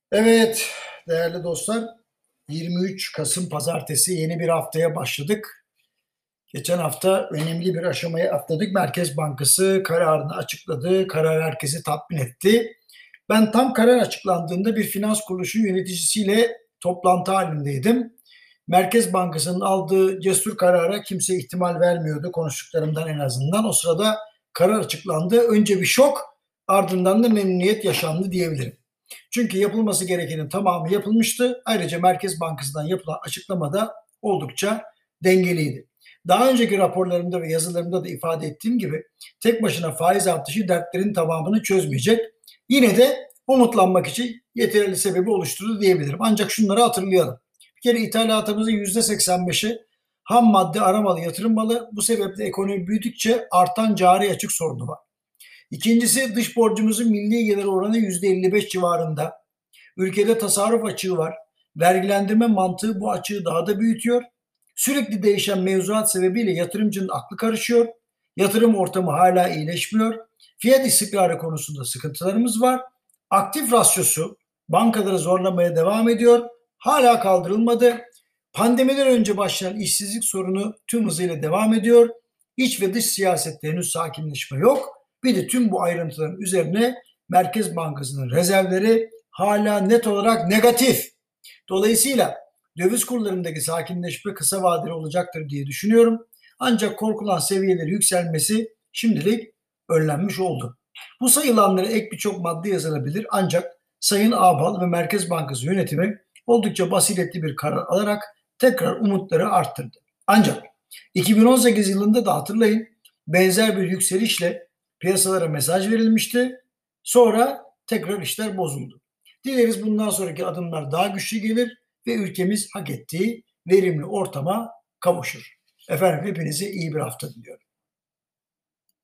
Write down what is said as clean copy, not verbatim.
Evet, değerli dostlar, 23 Kasım Pazartesi yeni bir haftaya başladık. Geçen hafta önemli bir aşamayı atladık. Merkez Bankası kararını açıkladı. Karar herkesi tatmin etti. Ben tam karar açıklandığında bir finans kuruluşu yöneticisiyle toplantı halindeydim. Merkez Bankası'nın aldığı cesur karara kimse ihtimal vermiyordu konuştuklarımdan en azından. O sırada karar açıklandı. Önce bir şok, ardından da memnuniyet yaşandı diyebilirim. Çünkü yapılması gerekenin tamamı yapılmıştı. Ayrıca Merkez Bankası'ndan yapılan açıklama da oldukça dengeliydi. Daha önceki raporlarımda ve yazılarımda da ifade ettiğim gibi tek başına faiz artışı dertlerin tamamını çözmeyecek. Yine de umutlanmak için yeterli sebebi oluşturdu diyebilirim. Ancak şunları hatırlayalım. Bir kere ithalatımızın %85'i ham madde aramalı, yatırım malı. Bu sebeple ekonomi büyüdükçe artan cari açık sorunu var. İkincisi, dış borcumuzun milli gelir oranı %55 civarında. Ülkede tasarruf açığı var. Vergilendirme mantığı bu açığı daha da büyütüyor. Sürekli değişen mevzuat sebebiyle yatırımcının aklı karışıyor. Yatırım ortamı hala iyileşmiyor. Fiyat istikrarı konusunda sıkıntılarımız var. Aktif rasyosu bankaları zorlamaya devam ediyor. Hala kaldırılmadı. Pandemiden önce başlayan işsizlik sorunu tüm hızıyla devam ediyor. İç ve dış siyasette henüz sakinleşme yok. Bir de tüm bu ayrıntıların üzerine Merkez Bankası'nın rezervleri hala net olarak negatif. Dolayısıyla döviz kurlarındaki sakinleşme kısa vadeli olacaktır diye düşünüyorum. Ancak korkulan seviyeleri yükselmesi şimdilik önlenmiş oldu. Bu sayılanlara ek birçok madde yazılabilir ancak Sayın Ağbal ve Merkez Bankası yönetimi oldukça basiretli bir karar alarak tekrar umutları arttırdı. Ancak 2018 yılında da hatırlayın benzer bir yükselişle piyasalara mesaj verilmişti. Sonra tekrar işler bozuldu. Dileriz bundan sonraki adımlar daha güçlü gelir ve ülkemiz hak ettiği verimli ortama kavuşur. Efendim hepinize iyi bir hafta diliyorum.